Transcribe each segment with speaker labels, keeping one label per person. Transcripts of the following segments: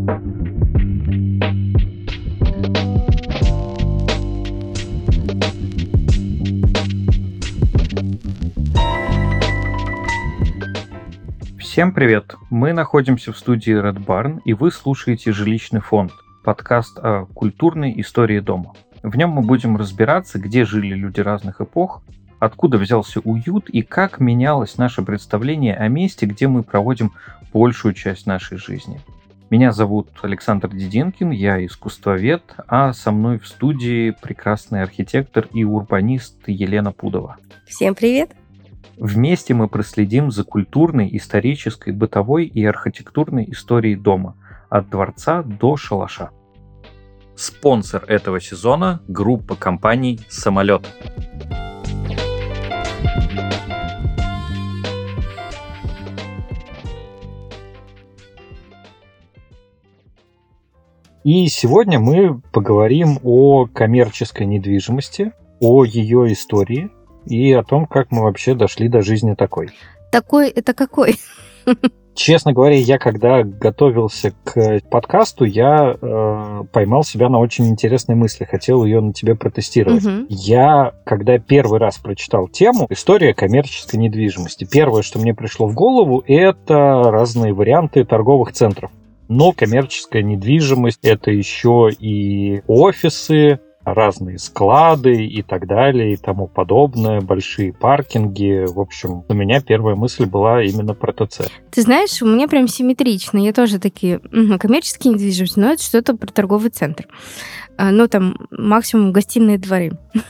Speaker 1: Всем привет! Мы находимся в студии Red Barn, и вы слушаете «Жилищный фонд» — подкаст о культурной истории дома. В нем мы будем разбираться, где жили люди разных эпох, откуда взялся уют и как менялось наше представление о месте, где мы проводим большую часть нашей жизни. Меня зовут Александр Дединкин, я искусствовед, а со мной в студии прекрасный архитектор и урбанист Елена Пудова.
Speaker 2: Всем привет!
Speaker 1: Вместе мы проследим за культурной, исторической, бытовой и архитектурной историей дома, от дворца до шалаша. Спонсор этого сезона – группа компаний «Самолет». И сегодня мы поговорим о коммерческой недвижимости, о ее истории и о том, как мы вообще дошли до жизни такой.
Speaker 2: Такой — это какой?
Speaker 1: Честно говоря, я когда готовился к подкасту, я поймал себя на очень интересной мысли, хотел ее на тебе протестировать. Я, когда первый раз прочитал тему «История коммерческой недвижимости», первое, что мне пришло в голову, это разные варианты торговых центров. Но коммерческая недвижимость — это еще и офисы, разные склады и так далее и тому подобное, большие паркинги. В общем, у меня первая мысль была именно про ТЦ.
Speaker 2: Ты знаешь, у меня прям симметрично. Я тоже такие, коммерческие недвижимости, но это что-то про торговый центр. Ну, там, максимум гостиные дворы.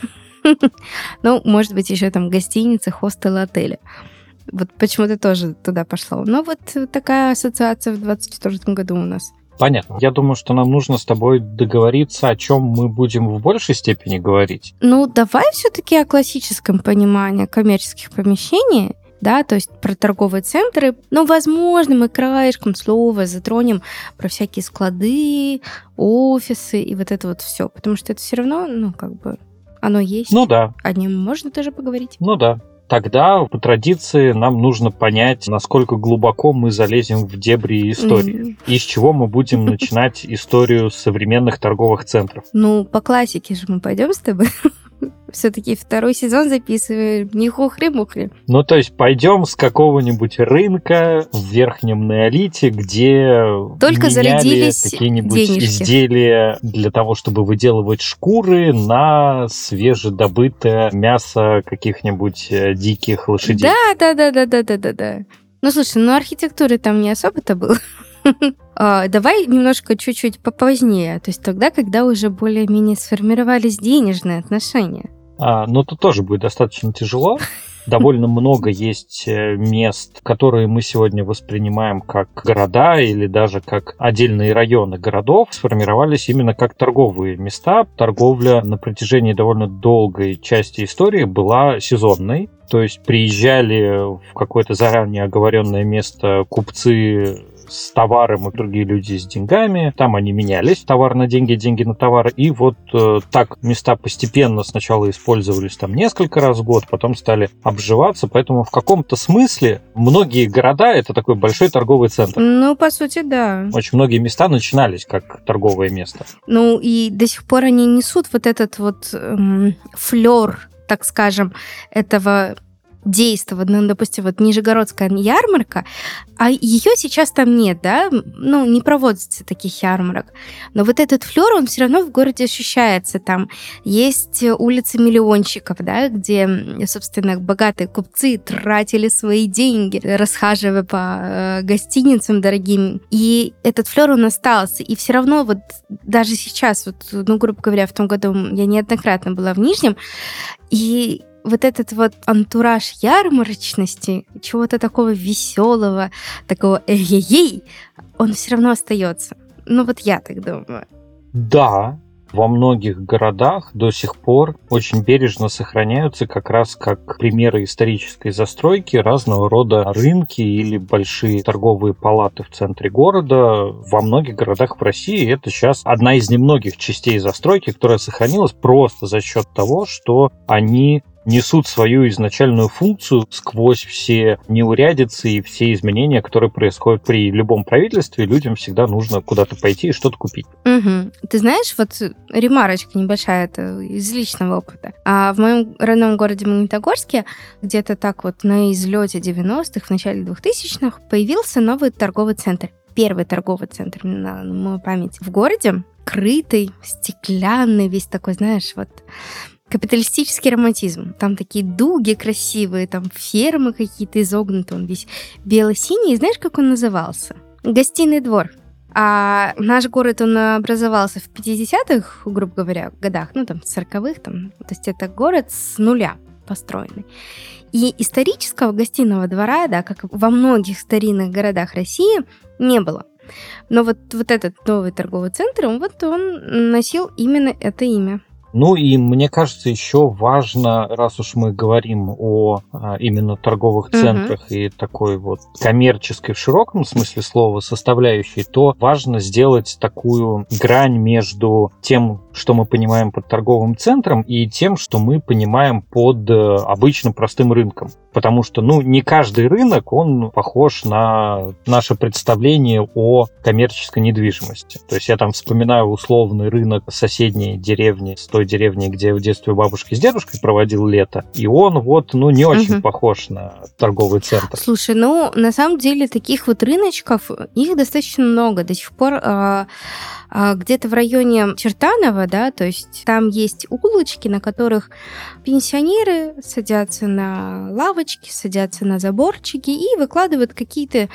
Speaker 2: Ну, может быть, еще там гостиницы, хостелы, отели. Вот почему-то тоже туда пошло. Но вот такая ассоциация в 2024 году у нас.
Speaker 1: Понятно. Я думаю, что нам нужно с тобой договориться, о чем мы будем в большей степени говорить.
Speaker 2: Ну, давай все-таки о классическом понимании коммерческих помещений, да, то есть про торговые центры. Ну, возможно, мы краешком слова затронем про всякие склады, офисы и вот это вот все, потому что это все равно, ну, как бы, оно есть.
Speaker 1: Ну да.
Speaker 2: О нем можно тоже поговорить.
Speaker 1: Ну да. Тогда, по традиции, нам нужно понять, насколько глубоко мы залезем в дебри истории. И с чего мы будем начинать историю современных торговых центров.
Speaker 2: Ну, по классике же мы пойдем с тобой. Все-таки второй сезон записываем, не хухри-мухри.
Speaker 1: Ну, то есть пойдем с какого-нибудь рынка в Верхнем Неолите, где
Speaker 2: только
Speaker 1: меняли какие-нибудь
Speaker 2: денежки.
Speaker 1: Изделия для того, чтобы выделывать шкуры на свежедобытое мясо каких-нибудь диких лошадей.
Speaker 2: Да. Ну, слушай, архитектуры там не особо-то было. Давай немножко чуть-чуть попозднее, то есть тогда, когда уже более-менее сформировались денежные отношения.
Speaker 1: Но тут тоже будет достаточно тяжело. Довольно много есть мест, которые мы сегодня воспринимаем как города или даже как отдельные районы городов, сформировались именно как торговые места. Торговля на протяжении довольно долгой части истории была сезонной. То есть приезжали в какое-то заранее оговоренное место купцы с товаром и другие люди с деньгами. Там они менялись, товар на деньги, деньги на товар. И вот так места постепенно сначала использовались там несколько раз в год, потом стали обживаться. Поэтому в каком-то смысле многие города — это такой большой торговый центр.
Speaker 2: Ну, по сути, да.
Speaker 1: Очень многие места начинались как торговое место.
Speaker 2: Ну, и до сих пор они несут вот этот вот флёр, так скажем, этого действа. Ну, допустим, вот Нижегородская ярмарка, а ее сейчас там нет, да? Ну, не проводится таких ярмарок. Но вот этот флёр, он все равно в городе ощущается. Там есть улицы миллионщиков, да, где, собственно, богатые купцы тратили свои деньги, расхаживая по гостиницам дорогим. И этот флёр, он остался. И все равно вот даже сейчас, вот, ну, грубо говоря, в том году я неоднократно была в Нижнем, и вот этот вот антураж ярмарочности, чего-то такого веселого, такого эй-ей-ей, он все равно остается. Ну вот я так думаю.
Speaker 1: Да, во многих городах до сих пор очень бережно сохраняются как раз как примеры исторической застройки разного рода рынки или большие торговые палаты в центре города. Во многих городах в России это сейчас одна из немногих частей застройки, которая сохранилась просто за счет того, что они несут свою изначальную функцию сквозь все неурядицы и все изменения, которые происходят при любом правительстве. Людям всегда нужно куда-то пойти и что-то купить.
Speaker 2: Угу. Ты знаешь, вот ремарочка небольшая, это из личного опыта. А в моем родном городе Магнитогорске где-то так вот на излете 90-х, в начале 2000-х появился новый торговый центр. Первый торговый центр на мою память в городе. Крытый, стеклянный, весь такой, знаешь, вот капиталистический романтизм. Там такие дуги красивые, там фермы какие-то изогнутые, он весь бело-синий. И знаешь, как он назывался? Гостиный двор. А наш город, он образовался в 50-х, грубо говоря, годах, ну, там, 40-х, там, то есть это город с нуля построенный. И исторического гостиного двора, да, как во многих старинных городах России, не было. Но вот этот новый торговый центр, он носил именно это имя.
Speaker 1: Ну и мне кажется, еще важно, раз уж мы говорим о именно торговых центрах и такой вот коммерческой в широком смысле слова составляющей, то важно сделать такую грань между тем, что мы понимаем под торговым центром, и тем, что мы понимаем под обычным простым рынком. Потому что, не каждый рынок, он похож на наше представление о коммерческой недвижимости. То есть я там вспоминаю условный рынок соседней деревни с той деревни, где я в детстве у бабушки с дедушкой проводил лето, и он не очень похож на торговый центр.
Speaker 2: Слушай, на самом деле таких вот рыночков, их достаточно много. До сих пор где-то в районе Чертанова, да, то есть там есть улочки, на которых пенсионеры садятся на лавочки, садятся на заборчики и выкладывают какие-то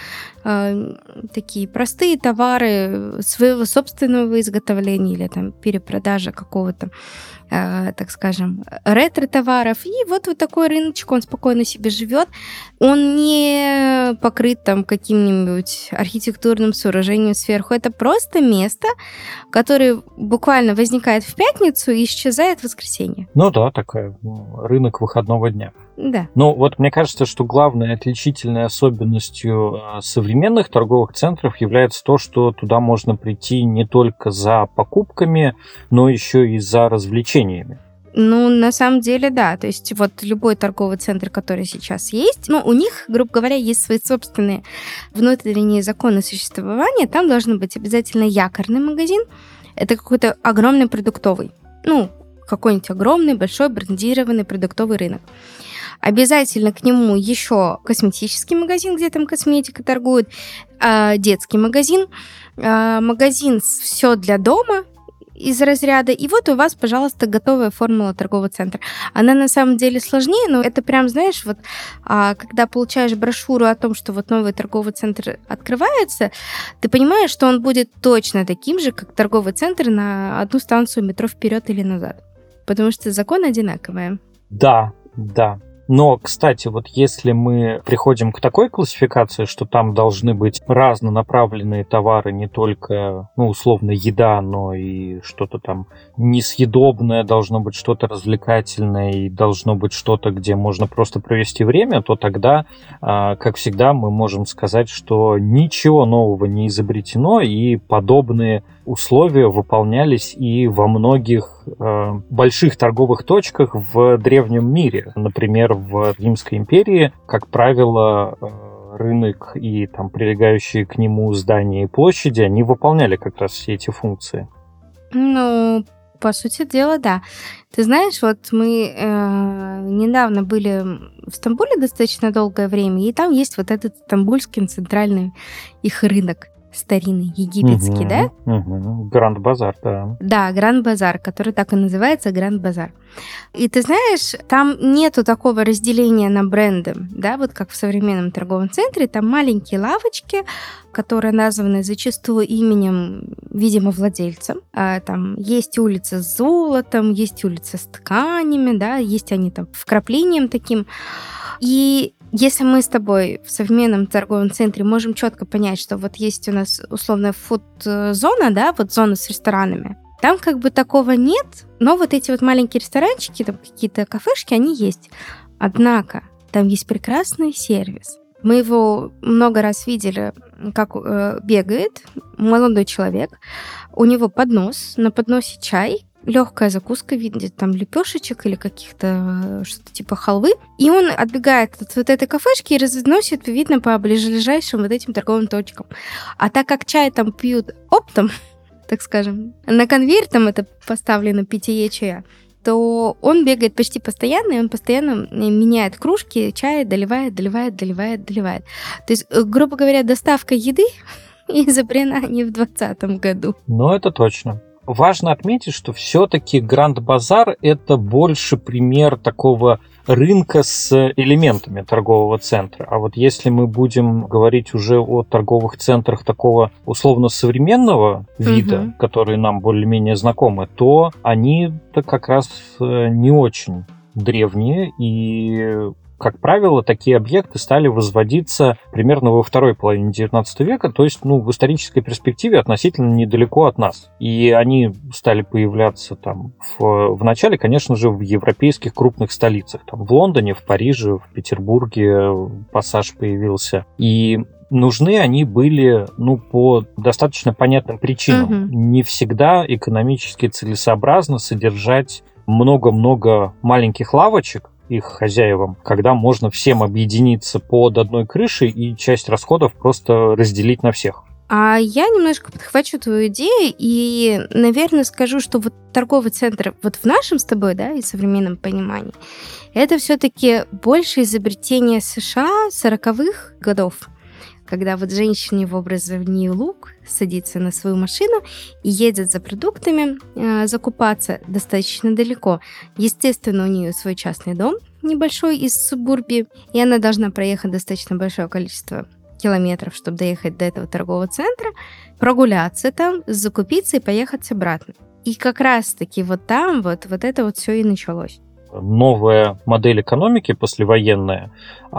Speaker 2: такие простые товары своего собственного изготовления или там перепродажа какого-то, так скажем, ретро-товаров. И вот такой рыночек, он спокойно себе живет. Он не покрыт там каким-нибудь архитектурным сооружением сверху. Это просто место, которое буквально возникает в пятницу и исчезает в воскресенье.
Speaker 1: Ну да, такой рынок выходного дня.
Speaker 2: Да.
Speaker 1: Но вот мне кажется, что главной отличительной особенностью современных торговых центров является то, что туда можно прийти не только за покупками, но еще и за развлечениями.
Speaker 2: На самом деле, да. То есть вот любой торговый центр, который сейчас есть, у них, грубо говоря, есть свои собственные внутренние законы существования. Там должен быть обязательно якорный магазин. Это какой-то огромный продуктовый. Какой-нибудь огромный, большой брендированный продуктовый рынок. Обязательно к нему еще косметический магазин, где там косметика торгуют, детский магазин, магазин «Все для дома», из разряда. И вот у вас, пожалуйста, готовая формула торгового центра. Она на самом деле сложнее, но это прям, знаешь, когда получаешь брошюру о том, что новый торговый центр открывается, ты понимаешь, что он будет точно таким же, как торговый центр на одну станцию метро вперед или назад. Потому что законы одинаковые.
Speaker 1: Да. Но, кстати, если мы приходим к такой классификации, что там должны быть разнонаправленные товары, не только, условно, еда, но и что-то там несъедобное, должно быть что-то развлекательное и должно быть что-то, где можно просто провести время, то тогда, как всегда, мы можем сказать, что ничего нового не изобретено, и подобные условия выполнялись и во многих больших торговых точках в древнем мире. Например, в Римской империи, как правило, рынок и там прилегающие к нему здания и площади, они выполняли как раз все эти функции.
Speaker 2: По сути дела, да. Ты знаешь, мы недавно были в Стамбуле достаточно долгое время, и там есть этот стамбульский центральный их рынок. Старинный, египетский, да?
Speaker 1: Гранд-базар, да.
Speaker 2: Да, Гранд-базар, который так и называется, Гранд-базар. И ты знаешь, там нету такого разделения на бренды, да, как в современном торговом центре. Там маленькие лавочки, которые названы зачастую именем, видимо, владельца. Там есть улица с золотом, есть улица с тканями, да, есть они там вкраплением таким. И если мы с тобой в современном торговом центре можем четко понять, что есть у нас условная фуд-зона, да, зона с ресторанами, там такого нет, но эти маленькие ресторанчики, там какие-то кафешки, они есть. Однако там есть прекрасный сервис. Мы его много раз видели, как бегает молодой человек, у него поднос, на подносе чай, легкая закуска в виде там лепешечек или каких-то что-то типа халвы. И он отбегает от вот этой кафешки и разносит, видно, по ближайшим вот этим торговым точкам. А так как чай там пьют оптом, так скажем, на конвейер там это поставлено питье чая, то он бегает почти постоянно, и он постоянно меняет кружки, чай доливает. То есть, грубо говоря, доставка еды изобрена не в 2020 году.
Speaker 1: Ну, это точно. Важно отметить, что все-таки Гранд Базар – это больше пример такого рынка с элементами торгового центра. А вот если мы будем говорить уже о торговых центрах такого условно-современного вида, которые нам более-менее знакомы, то они-то как раз не очень древние, и, как правило, такие объекты стали возводиться примерно во второй половине XIX века, то есть в исторической перспективе относительно недалеко от нас. И они стали появляться там в начале, конечно же, в европейских крупных столицах. Там, в Лондоне, в Париже, в Петербурге Пассаж появился. И нужны они были, по достаточно понятным причинам. Не всегда экономически целесообразно содержать много-много маленьких лавочек их хозяевам, когда можно всем объединиться под одной крышей и часть расходов просто разделить на всех.
Speaker 2: А я немножко подхвачу твою идею и, наверное, скажу, что вот торговый центр вот в нашем с тобой, да, и современном понимании, это все-таки больше изобретение США 40-х годов, когда вот женщине в образе Нью Лук садится на свою машину и едет за продуктами закупаться достаточно далеко. Естественно, у нее свой частный дом небольшой из субурбии, и она должна проехать достаточно большое количество километров, чтобы доехать до этого торгового центра, прогуляться там, закупиться и поехать обратно. И как раз-таки вот там вот это вот все и началось.
Speaker 1: Новая модель экономики послевоенная,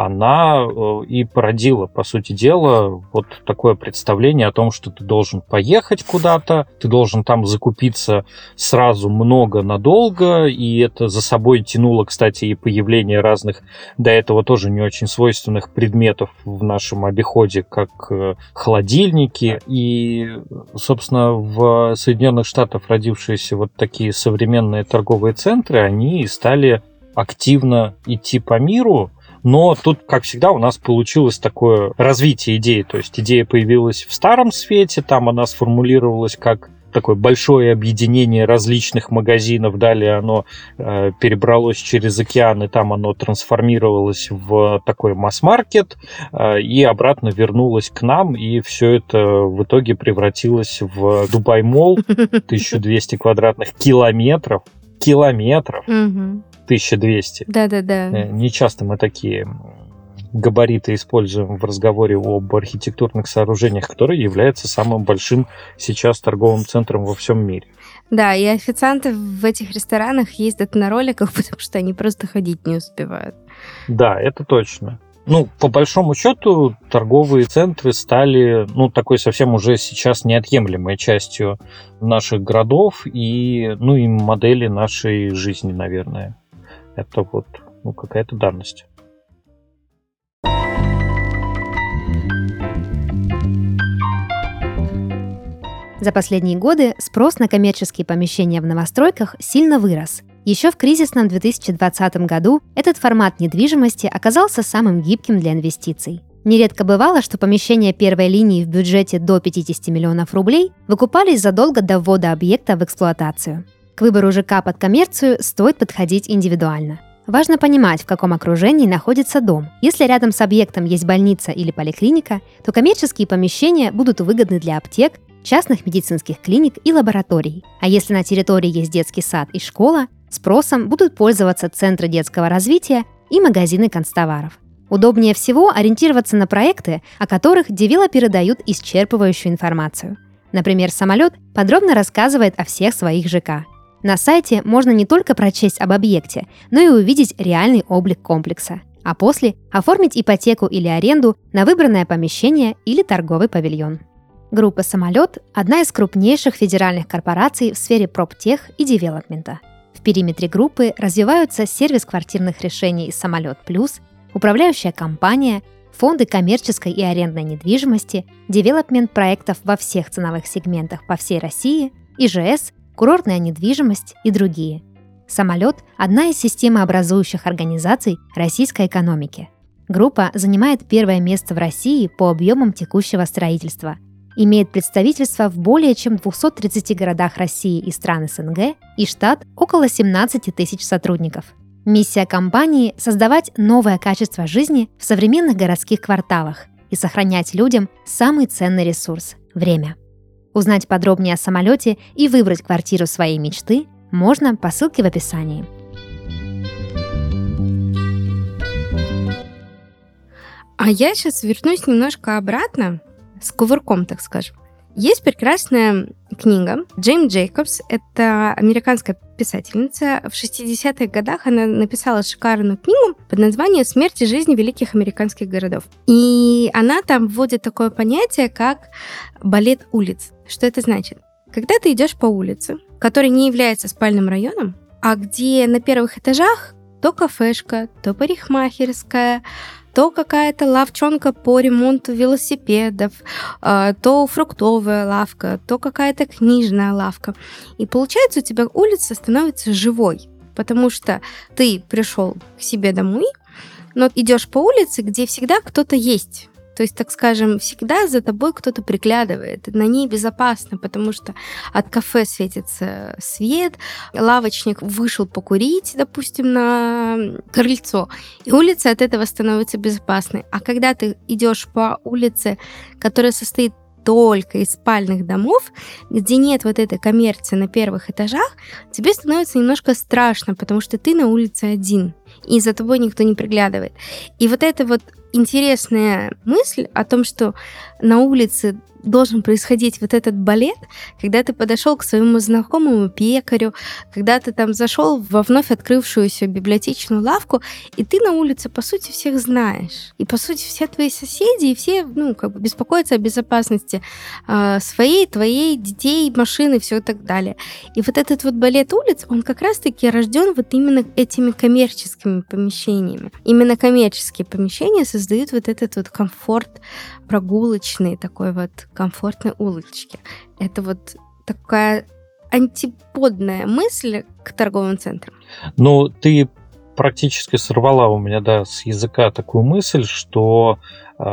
Speaker 1: она и породила, по сути дела, вот такое представление о том, что ты должен поехать куда-то, ты должен там закупиться сразу много надолго, и это за собой тянуло, кстати, и появление разных до этого тоже не очень свойственных предметов в нашем обиходе, как холодильники. И, собственно, в Соединенных Штатах родившиеся вот такие современные торговые центры, они стали активно идти по миру, но тут, как всегда, у нас получилось такое развитие идеи. То есть идея появилась в Старом Свете, там она сформулировалась как такое большое объединение различных магазинов, далее оно перебралось через океан, и там оно трансформировалось в такой масс-маркет, и обратно вернулось к нам, и все это в итоге превратилось в Дубай-молл, 1200 квадратных километров. 1200.
Speaker 2: Да-да-да.
Speaker 1: Не часто мы такие габариты используем в разговоре об архитектурных сооружениях, которые являются самым большим сейчас торговым центром во всем мире.
Speaker 2: Да, и официанты в этих ресторанах ездят на роликах, потому что они просто ходить не успевают.
Speaker 1: Да, это точно. По большому счету, торговые центры стали, такой совсем уже сейчас неотъемлемой частью наших городов и модели нашей жизни, наверное. Это вот, какая-то данность.
Speaker 3: За последние годы спрос на коммерческие помещения в новостройках сильно вырос. Еще в кризисном 2020 году этот формат недвижимости оказался самым гибким для инвестиций. Нередко бывало, что помещения первой линии в бюджете до 50 миллионов рублей выкупались задолго до ввода объекта в эксплуатацию. К выбору ЖК под коммерцию стоит подходить индивидуально. Важно понимать, в каком окружении находится дом. Если рядом с объектом есть больница или поликлиника, то коммерческие помещения будут выгодны для аптек, частных медицинских клиник и лабораторий. А если на территории есть детский сад и школа, спросом будут пользоваться центры детского развития и магазины канцтоваров. Удобнее всего ориентироваться на проекты, о которых девелоперы дают исчерпывающую информацию. Например, «Самолет» подробно рассказывает о всех своих ЖК. На сайте можно не только прочесть об объекте, но и увидеть реальный облик комплекса, а после оформить ипотеку или аренду на выбранное помещение или торговый павильон. Группа «Самолет» – одна из крупнейших федеральных корпораций в сфере проптех и девелопмента. В периметре группы развиваются сервис квартирных решений «Самолет Плюс», управляющая компания, фонды коммерческой и арендной недвижимости, девелопмент проектов во всех ценовых сегментах по всей России, ИЖС, курортная недвижимость и другие. Самолет – одна из системообразующих организаций российской экономики. Группа занимает первое место в России по объемам текущего строительства, имеет представительство в более чем 230 городах России и стран СНГ и штат около 17 тысяч сотрудников. Миссия компании – создавать новое качество жизни в современных городских кварталах и сохранять людям самый ценный ресурс – время. Узнать подробнее о самолете и выбрать квартиру своей мечты можно по ссылке в описании.
Speaker 2: А я сейчас вернусь немножко обратно, с кувырком, так скажем. Есть прекрасная книга Джейн Джейкобс, это американская писательница. В 60-х годах она написала шикарную книгу под названием «Смерть и жизнь великих американских городов». И она там вводит такое понятие, как балет улиц. Что это значит? Когда ты идешь по улице, которая не является спальным районом, а где на первых этажах то кафешка, то парикмахерская, то какая-то лавчонка по ремонту велосипедов, то фруктовая лавка, то какая-то книжная лавка. И получается, у тебя улица становится живой, потому что ты пришел к себе домой, но идешь по улице, где всегда кто-то есть. То есть, так скажем, всегда за тобой кто-то приглядывает. На ней безопасно, потому что от кафе светится свет, лавочник вышел покурить, допустим, на крыльцо, и улица от этого становится безопасной. А когда ты идешь по улице, которая состоит только из спальных домов, где нет вот этой коммерции на первых этажах, тебе становится немножко страшно, потому что ты на улице один, и за тобой никто не приглядывает. И вот эта вот интересная мысль о том, что на улице должен происходить вот этот балет, когда ты подошел к своему знакомому пекарю, когда ты там зашел во вновь открывшуюся библиотечную лавку, и ты на улице, по сути, всех знаешь. И, по сути, все твои соседи, и все, беспокоятся о безопасности своей, твоей, детей, машины, все и так далее. И вот этот вот балет улиц, он как раз-таки рожден вот именно этими коммерческими помещениями. Именно коммерческие помещения создают вот этот вот комфорт прогулочный, такой вот комфортной улочки. Это вот такая антиподная мысль к торговым центрам.
Speaker 1: Ну, ты практически сорвала у меня, с языка такую мысль, что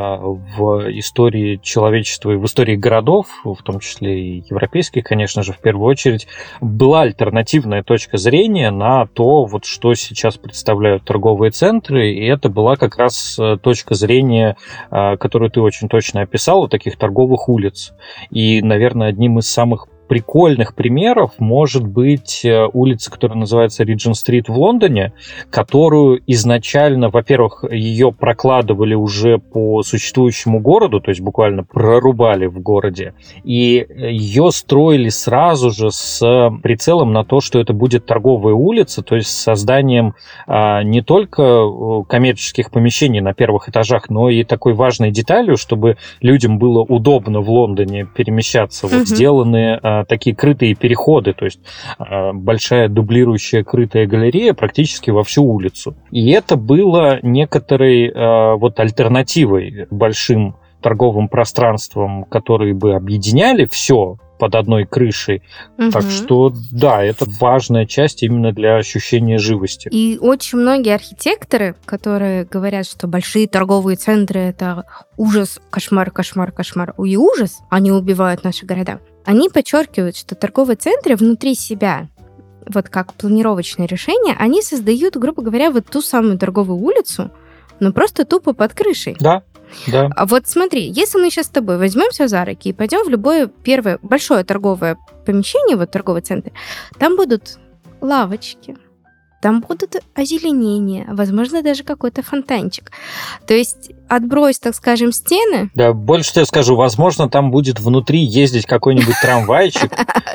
Speaker 1: в истории человечества и в истории городов, в том числе и европейских, конечно же, в первую очередь, была альтернативная точка зрения на то, вот что сейчас представляют торговые центры, и это была как раз точка зрения, которую ты очень точно описала, таких торговых улиц. И, наверное, одним из самых прикольных примеров может быть улица, которая называется Риджент-стрит в Лондоне, которую изначально, во-первых, ее прокладывали уже по существующему городу, то есть буквально прорубали в городе, и ее строили сразу же с прицелом на то, что это будет торговая улица, то есть с созданием не только коммерческих помещений на первых этажах, но и такой важной деталью, чтобы людям было удобно в Лондоне перемещаться. Вот сделаны такие крытые переходы, то есть большая дублирующая крытая галерея практически во всю улицу. И это было некоторой альтернативой большим торговым пространствам, которые бы объединяли все под одной крышей. Так что, да, это важная часть именно для ощущения живости.
Speaker 2: И очень многие архитекторы, которые говорят, что большие торговые центры — это ужас, кошмар, кошмар, кошмар и ужас, они убивают наши города, они подчеркивают, что торговые центры внутри себя, вот как планировочное решение, они создают, грубо говоря, вот ту самую торговую улицу, но просто тупо под крышей.
Speaker 1: Да. Да.
Speaker 2: А вот смотри, если мы сейчас с тобой возьмемся за руки и пойдем в любое первое большое торговое помещение, вот торговый центр, там будут лавочки, там будут озеленения, возможно, даже какой-то фонтанчик. То есть отбрось, так скажем, стены.
Speaker 1: Да, больше тебе скажу, возможно, там будет внутри ездить какой-нибудь трамвайчик,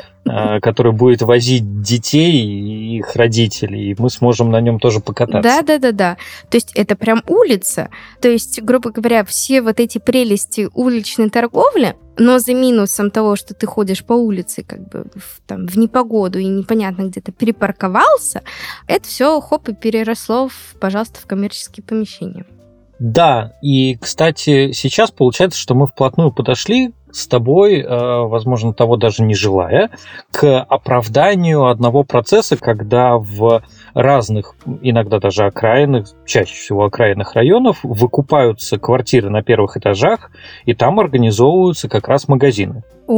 Speaker 1: который будет возить детей и их родителей, и мы сможем на нем тоже покататься.
Speaker 2: Да. То есть это прям улица. То есть, грубо говоря, все вот эти прелести уличной торговли, но за минусом того, что ты ходишь по улице как бы в непогоду и непонятно где-то перепарковался, это все хоп и переросло, пожалуйста, в коммерческие помещения.
Speaker 1: Да, и, кстати, сейчас получается, что мы вплотную подошли с тобой, возможно, того даже не желая, к оправданию одного процесса, когда в разных, иногда даже окраинных, чаще всего окраинных районов, выкупаются квартиры на первых этажах, и там организовываются как раз магазины.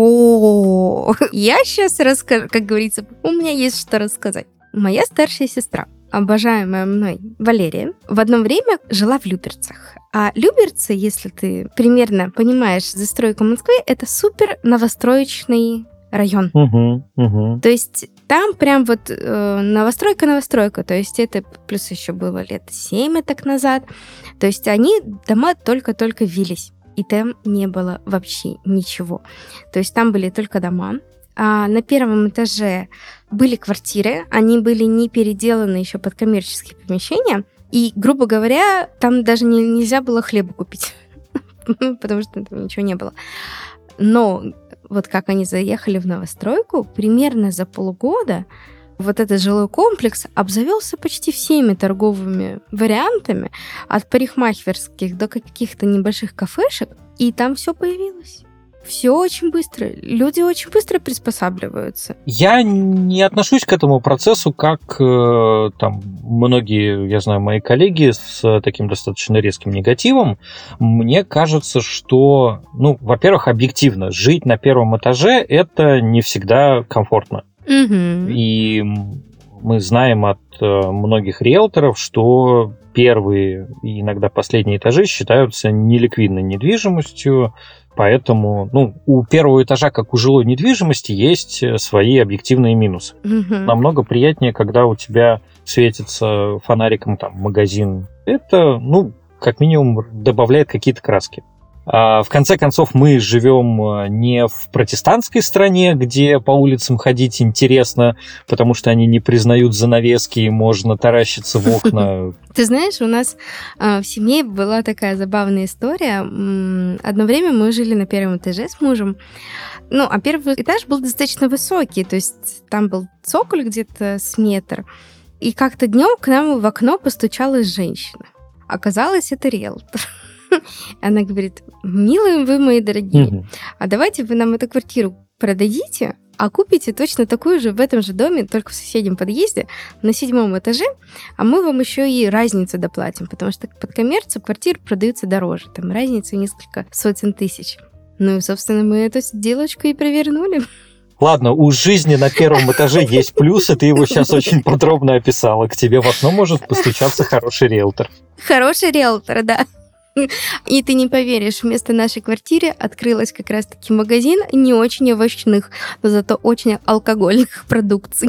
Speaker 2: О, я сейчас расскажу, как говорится, у меня есть что рассказать. Моя старшая сестра, обожаемая мной Валерия, в одно время жила в Люберцах. А Люберцы, если ты примерно понимаешь застройку Москвы, это супер новостроечный район. То есть там прям вот новостройка, то есть это плюс еще было лет 7 так назад. То есть дома только-только ввелись, и там не было вообще ничего. То есть там были только дома. А на первом этаже были квартиры, они были не переделаны еще под коммерческие помещения, и, грубо говоря, там даже нельзя было хлеба купить, потому что там ничего не было. Но вот как они заехали в новостройку, примерно за полгода вот этот жилой комплекс обзавелся почти всеми торговыми вариантами, от парикмахерских до каких-то небольших кафешек, и там все появилось. Все очень быстро. Люди очень быстро приспосабливаются.
Speaker 1: Я не отношусь к этому процессу, как там многие, я знаю, мои коллеги с таким достаточно резким негативом. Мне кажется, что, во-первых, объективно, жить на первом этаже – это не всегда комфортно. И мы знаем от многих риэлторов, что первые и иногда последние этажи считаются неликвидной недвижимостью. Поэтому, у первого этажа, как у жилой недвижимости, есть свои объективные минусы. Намного приятнее, когда у тебя светится фонариком там магазин. Это, как минимум, добавляет какие-то краски. В конце концов, мы живем не в протестантской стране, где по улицам ходить интересно, потому что они не признают занавески, и можно таращиться в окна.
Speaker 2: Ты знаешь, у нас в семье была такая забавная история. Одно время мы жили на первом этаже с мужем. А первый этаж был достаточно высокий, то есть там был цоколь где-то с метр. И как-то днем к нам в окно постучалась женщина. Оказалось, это риэлтор. Она говорит: милые вы мои дорогие, а давайте вы нам эту квартиру продадите, а купите точно такую же в этом же доме, только в соседнем подъезде, на 7 этаже, а мы вам еще и разницу доплатим, потому что под коммерцию квартиры продаются дороже, там разница несколько сотен тысяч. И, собственно, мы эту сделочку и провернули.
Speaker 1: Ладно, у жизни на первом этаже есть плюсы, ты его сейчас очень подробно описала. К тебе в окно может постучаться хороший риэлтор.
Speaker 2: Хороший риэлтор, да. И ты не поверишь, вместо нашей квартиры открылась как раз-таки магазин не очень овощных, но зато очень алкогольных продукций.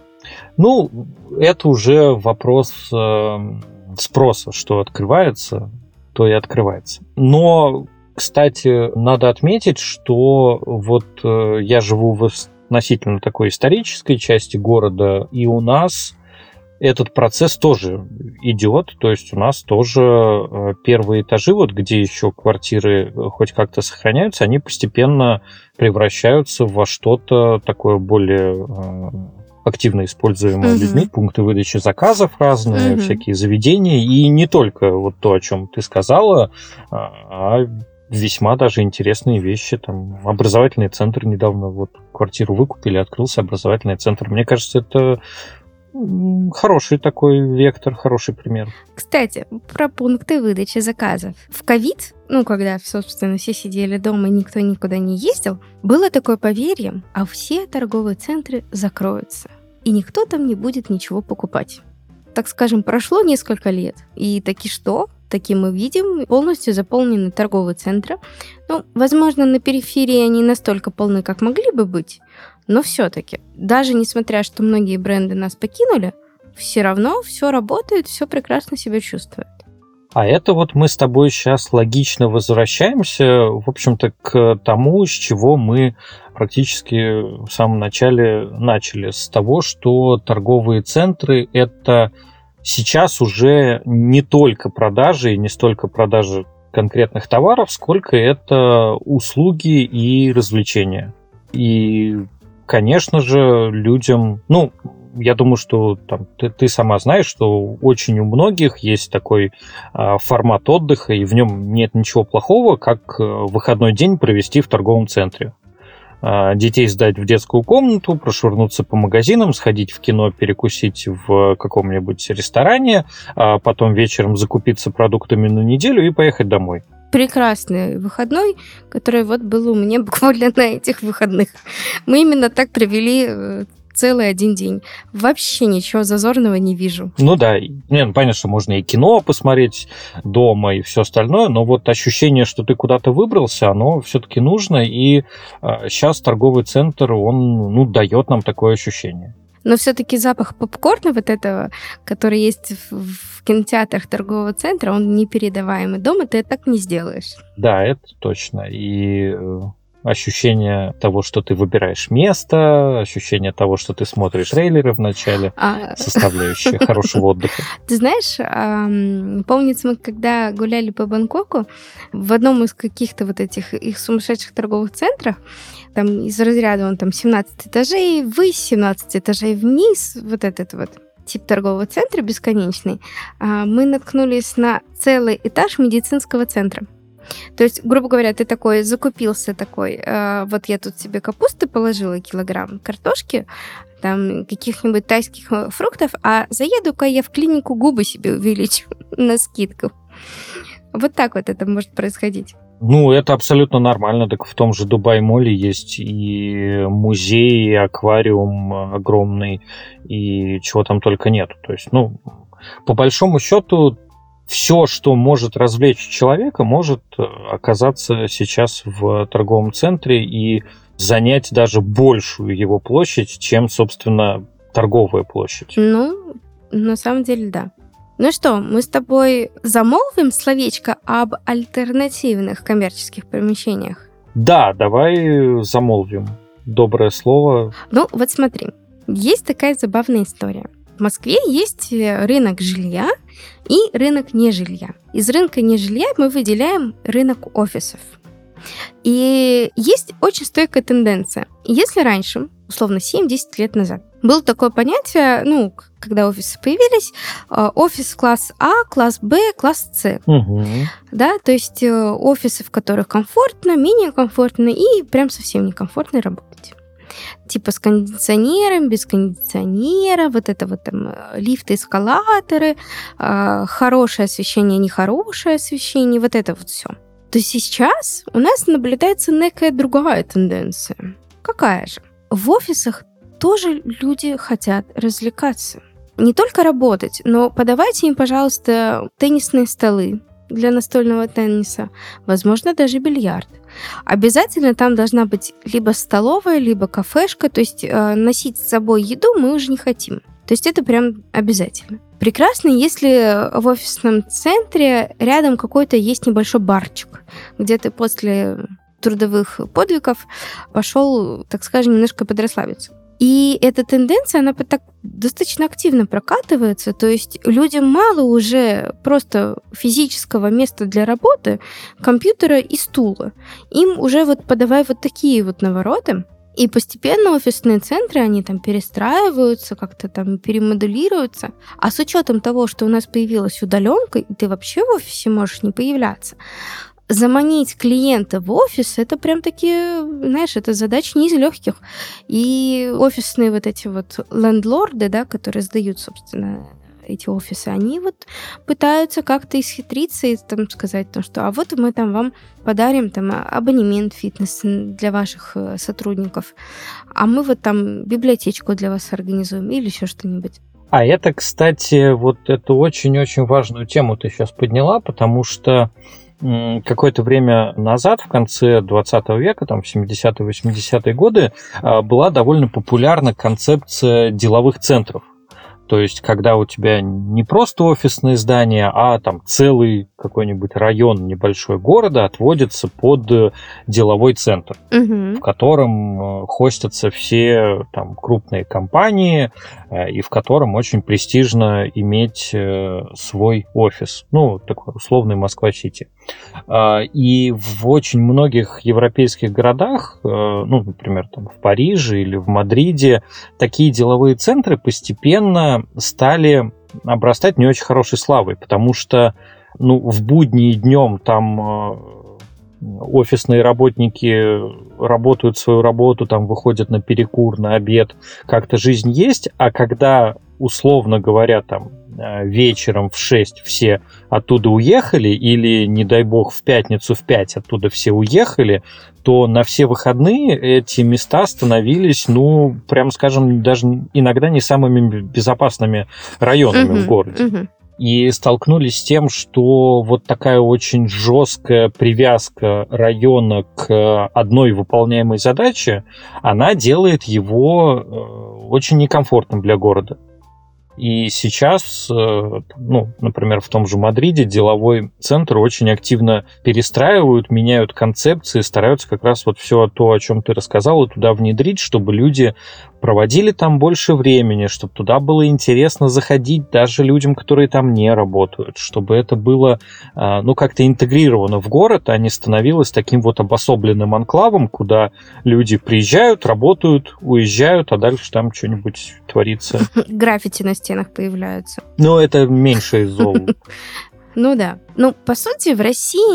Speaker 1: Это уже вопрос спроса, что открывается, то и открывается. Но, кстати, надо отметить, что вот я живу в относительно такой исторической части города, и у нас этот процесс тоже идет, то есть у нас тоже первые этажи, вот где еще квартиры хоть как-то сохраняются, они постепенно превращаются во что-то такое более активно используемое людьми, пункты выдачи заказов разные, всякие заведения, и не только вот то, о чем ты сказала, а весьма даже интересные вещи. Там образовательный центр недавно, вот квартиру выкупили, открылся образовательный центр. Мне кажется, это хороший такой вектор, хороший пример.
Speaker 2: Кстати, про пункты выдачи заказов. В ковид, когда, собственно, все сидели дома и никто никуда не ездил, было такое поверье, а все торговые центры закроются, и никто там не будет ничего покупать. Так скажем, прошло несколько лет, и таки что? Таки мы видим полностью заполнены торговые центры. Возможно, на периферии они настолько полны, как могли бы быть, но все-таки, даже несмотря, что многие бренды нас покинули, все равно все работает, все прекрасно себя чувствует.
Speaker 1: А это вот мы с тобой сейчас логично возвращаемся, в общем-то, к тому, с чего мы практически в самом начале начали. С того, что торговые центры – это сейчас уже не только продажи и не столько продажи конкретных товаров, сколько это услуги и развлечения. И, конечно же, людям, я думаю, что там, ты сама знаешь, что очень у многих есть такой формат отдыха, и в нем нет ничего плохого, как выходной день провести в торговом центре. Детей сдать в детскую комнату, прошвырнуться по магазинам, сходить в кино, перекусить в каком-нибудь ресторане, а потом вечером закупиться продуктами на неделю и поехать домой.
Speaker 2: Прекрасный выходной, который вот был у меня буквально на этих выходных. Мы именно так провели целый один день. Вообще ничего зазорного не вижу.
Speaker 1: Ну да, понятно, что можно и кино посмотреть дома, и все остальное, но вот ощущение, что ты куда-то выбрался, оно все-таки нужно, и сейчас торговый центр, он дает нам такое ощущение.
Speaker 2: Но все-таки запах попкорна вот этого, который есть в кинотеатрах торгового центра, он непередаваемый. Дома ты так не сделаешь.
Speaker 1: Да, это точно. И ощущение того, что ты выбираешь место, ощущение того, что ты смотришь трейлеры в начале, составляющая хорошего отдыха.
Speaker 2: Ты знаешь, помнится, мы когда гуляли по Бангкоку, в одном из каких-то вот этих их сумасшедших торговых центрах, там из разряда он там 17 этажей ввысь, 17 этажей вниз, вот этот вот тип торгового центра бесконечный, мы наткнулись на целый этаж медицинского центра. То есть, грубо говоря, ты такой закупился такой, вот я тут себе капусты положила, килограмм картошки, там каких-нибудь тайских фруктов, а заеду-ка я в клинику губы себе увеличу на скидку. Вот так вот это может происходить.
Speaker 1: Это абсолютно нормально. Так в том же Дубай-моле есть и музей, и аквариум огромный, и чего там только нету. То есть, по большому счету, все, что может развлечь человека, может оказаться сейчас в торговом центре и занять даже большую его площадь, чем, собственно, торговая площадь.
Speaker 2: На самом деле, да. Ну что, мы с тобой замолвим словечко об альтернативных коммерческих помещениях?
Speaker 1: Да, давай замолвим. Доброе слово.
Speaker 2: Вот смотри, есть такая забавная история. В Москве есть рынок жилья и рынок нежилья. Из рынка нежилья мы выделяем рынок офисов. И есть очень стойкая тенденция. Если раньше, условно, 7-10 лет назад, было такое понятие, когда офисы появились, офис класс А, класс Б, класс С.
Speaker 1: Угу.
Speaker 2: Да, то есть офисы, в которых комфортно, менее комфортно и прям совсем некомфортно работать. Типа с кондиционером, без кондиционера, вот это вот там лифты, эскалаторы, хорошее освещение, нехорошее освещение, вот это вот все. То есть сейчас у нас наблюдается некая другая тенденция. Какая же? В офисах тоже люди хотят развлекаться. Не только работать, но подавайте им, пожалуйста, теннисные столы для настольного тенниса, возможно, даже бильярд. Обязательно там должна быть либо столовая, либо кафешка, то есть носить с собой еду мы уже не хотим. То есть это прям обязательно. Прекрасно, если в офисном центре рядом какой-то есть небольшой барчик, где ты после трудовых подвигов пошел, так скажем, немножко подрасслабиться. И эта тенденция, она так достаточно активно прокатывается, то есть людям мало уже просто физического места для работы, компьютера и стула. Им уже подавай такие навороты, и постепенно офисные центры, они там перестраиваются, как-то там перемодулируются. А с учетом того, что у нас появилась удаленка, и ты вообще в офисе можешь не появляться, заманить клиента в офис, это прям такие, знаешь, это задача не из легких. И офисные эти лендлорды, да, которые сдают, собственно, эти офисы, они пытаются как-то исхитриться и там сказать, что мы там вам подарим там абонемент фитнес для ваших сотрудников, а мы там библиотечку для вас организуем или еще что-нибудь.
Speaker 1: А это, кстати, эту очень-очень важную тему ты сейчас подняла, потому что какое-то время назад, в конце 20 века, там, в 70-е, 80-е годы, была довольно популярна концепция деловых центров. То есть, когда у тебя не просто офисные здания, а там целый какой-нибудь район небольшой города отводится под деловой центр, в котором хостятся все там крупные компании и в котором очень престижно иметь свой офис. Ну, такой условный Москва-Сити. И в очень многих европейских городах, ну, например, там в Париже или в Мадриде, такие деловые центры постепенно стали обрастать не очень хорошей славой, потому что ну, в будни днем там офисные работники работают свою работу, там выходят на перекур, на обед, как-то жизнь есть, а когда, условно говоря, там вечером в 6 все оттуда уехали, или, не дай бог, в пятницу в 5 оттуда все уехали, то на все выходные эти места становились, ну, прям скажем, даже иногда не самыми безопасными районами в городе. И столкнулись с тем, что вот такая очень жесткая привязка района к одной выполняемой задаче, она делает его очень некомфортным для города. И сейчас, ну, например, в том же Мадриде деловой центр очень активно перестраивают, меняют концепции, стараются как раз вот все то, о чем ты рассказала, туда внедрить, чтобы люди проводили там больше времени, чтобы туда было интересно заходить даже людям, которые там не работают, чтобы это было, ну, как-то интегрировано в город, а не становилось таким вот обособленным анклавом, куда люди приезжают, работают, уезжают, а дальше там что-нибудь творится.
Speaker 2: Граффити на стенах появляются.
Speaker 1: Ну, это меньше из зол.
Speaker 2: Ну да. Ну, по сути, в России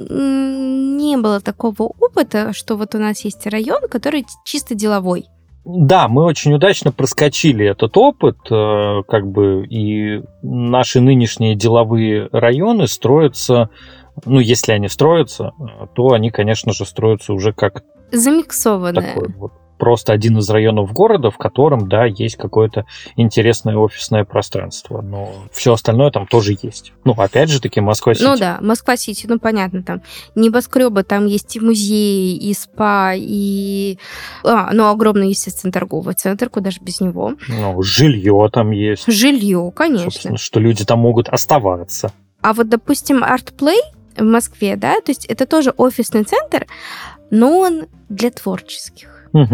Speaker 2: не было такого опыта, что вот у нас есть район, который чисто деловой.
Speaker 1: Да, мы очень удачно проскочили этот опыт, как бы, и наши нынешние деловые районы строятся, ну, если они строятся, то они, конечно же, строятся уже как
Speaker 2: замиксованные.
Speaker 1: Такой вот просто один из районов города, в котором, да, есть какое-то интересное офисное пространство. Но все остальное там тоже есть. Ну, опять же таки, Москва-Сити.
Speaker 2: Ну да, Москва-Сити, ну понятно, там небоскребы, там есть и музеи, и спа, и... ну, огромный, естественно, торговый центр, куда же без него.
Speaker 1: Ну, жилье там есть.
Speaker 2: Жилье, конечно.
Speaker 1: Собственно, что люди там могут оставаться.
Speaker 2: А вот, допустим, ArtPlay в Москве, да, то есть это тоже офисный центр, но он для творческих.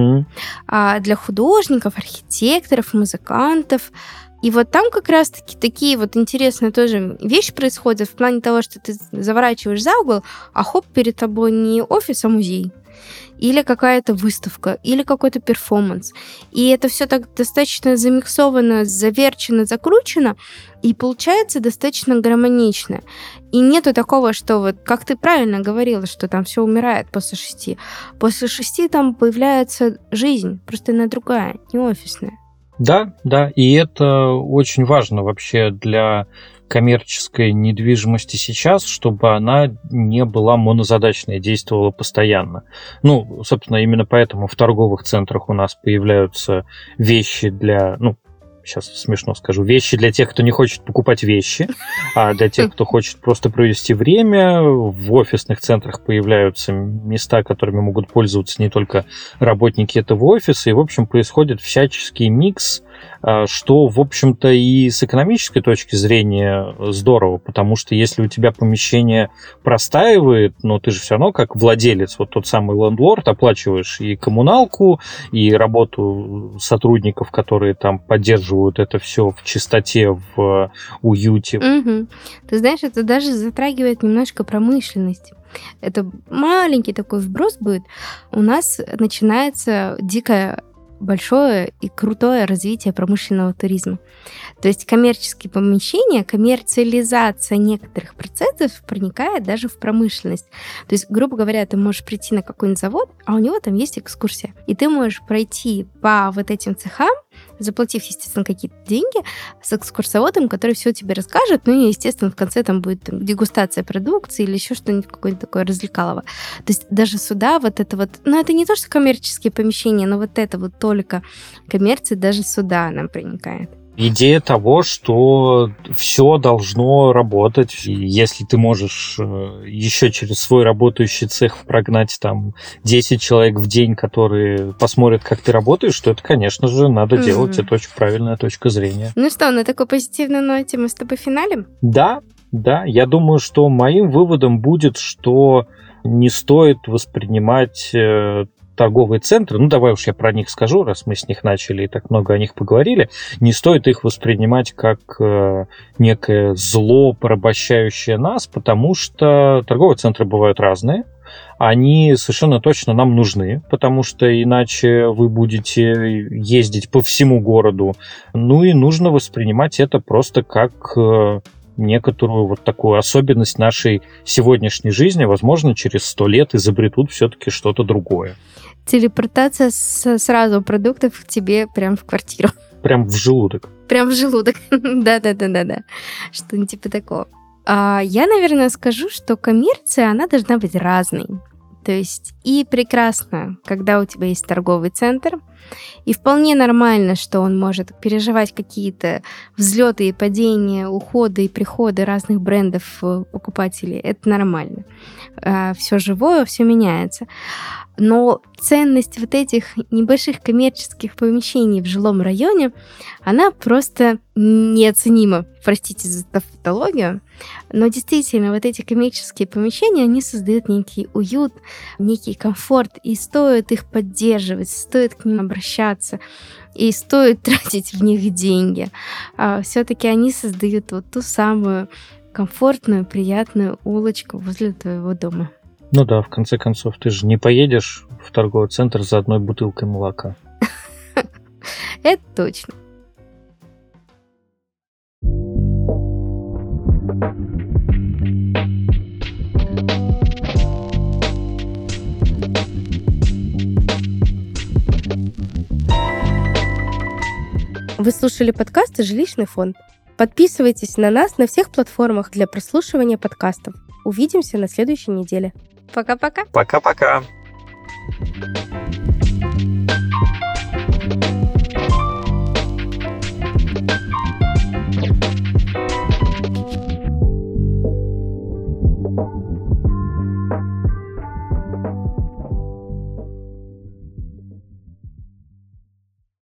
Speaker 2: Для художников, архитекторов, музыкантов. И вот там как раз-таки такие вот интересные тоже вещи происходят в плане того, что ты заворачиваешь за угол, а хоп, перед тобой не офис, а музей. Или какая-то выставка, или какой-то перформанс. И это все так достаточно замиксовано, заверчено, закручено, и получается достаточно гармонично. И нету такого, что вот, как ты правильно говорила, что там все умирает после 6. После 6 там появляется жизнь, просто она другая, не офисная.
Speaker 1: Да, да, и это очень важно вообще для коммерческой недвижимости сейчас, чтобы она не была монозадачной, действовала постоянно. Ну, собственно, именно поэтому в торговых центрах у нас появляются вещи для, ну, сейчас смешно скажу, вещи для тех, кто не хочет покупать вещи, а для тех, кто хочет просто провести время. В офисных центрах появляются места, которыми могут пользоваться не только работники этого офиса, и, в общем, происходит всяческий микс, что, в общем-то, и с экономической точки зрения здорово, потому что если у тебя помещение простаивает, но ты же все равно как владелец, вот тот самый лендлорд, оплачиваешь и коммуналку, и работу сотрудников, которые там поддерживают это все в чистоте, в уюте.
Speaker 2: Ты знаешь, это даже затрагивает немножко промышленность. Это маленький такой вброс будет. У нас начинается дикое большое и крутое развитие промышленного туризма. То есть коммерческие помещения, коммерциализация некоторых процессов проникает даже в промышленность. То есть, грубо говоря, ты можешь прийти на какой-нибудь завод, а у него там есть экскурсия. И ты можешь пройти по вот этим цехам, заплатив, естественно, какие-то деньги, с экскурсоводом, который все тебе расскажет, ну и, естественно, в конце там будет дегустация продукции или еще что-нибудь какое-то такое развлекалово. То есть даже сюда вот это вот, ну это не то, что коммерческие помещения, но вот это вот только коммерция даже сюда нам проникает.
Speaker 1: Идея того, что все должно работать. И если ты можешь еще через свой работающий цех прогнать там 10 человек в день, которые посмотрят, как ты работаешь, то это, конечно же, надо делать. Это очень правильная точка зрения.
Speaker 2: Ну что, на такой позитивной ноте мы с тобой финалим?
Speaker 1: Да, я думаю, что моим выводом будет, что не стоит воспринимать торговые центры, давай уж я про них скажу, раз мы с них начали и так много о них поговорили, не стоит их воспринимать как некое зло, порабощающее нас, потому что торговые центры бывают разные, они совершенно точно нам нужны, потому что иначе вы будете ездить по всему городу, и нужно воспринимать это просто как некоторую вот такую особенность нашей сегодняшней жизни. Возможно, через 100 лет изобретут все-таки что-то другое.
Speaker 2: Телепортация сразу продуктов к тебе прям в квартиру.
Speaker 1: Прям в желудок.
Speaker 2: Прям в желудок. Да. Что-нибудь типа такого. Я, наверное, скажу, что коммерция, она должна быть разной. То есть и прекрасно, когда у тебя есть торговый центр, и вполне нормально, что он может переживать какие-то взлеты и падения, уходы и приходы разных брендов покупателей. Это нормально. Все живое, все меняется. Но ценность вот этих небольших коммерческих помещений в жилом районе, она просто неоценима. Простите за тавтологию. Но действительно, вот эти коммерческие помещения, они создают некий уют, некий комфорт, и стоит их поддерживать, стоит к ним обращаться, и стоит тратить в них деньги. Все-таки они создают вот ту самую комфортную, приятную улочку возле твоего дома.
Speaker 1: Ну да, в конце концов, ты же не поедешь в торговый центр за одной бутылкой молока.
Speaker 2: Это точно. Вы слушали подкасты «Жилищный фонд». Подписывайтесь на нас на всех платформах для прослушивания подкастов. Увидимся на следующей неделе. Пока-пока.
Speaker 1: Пока-пока.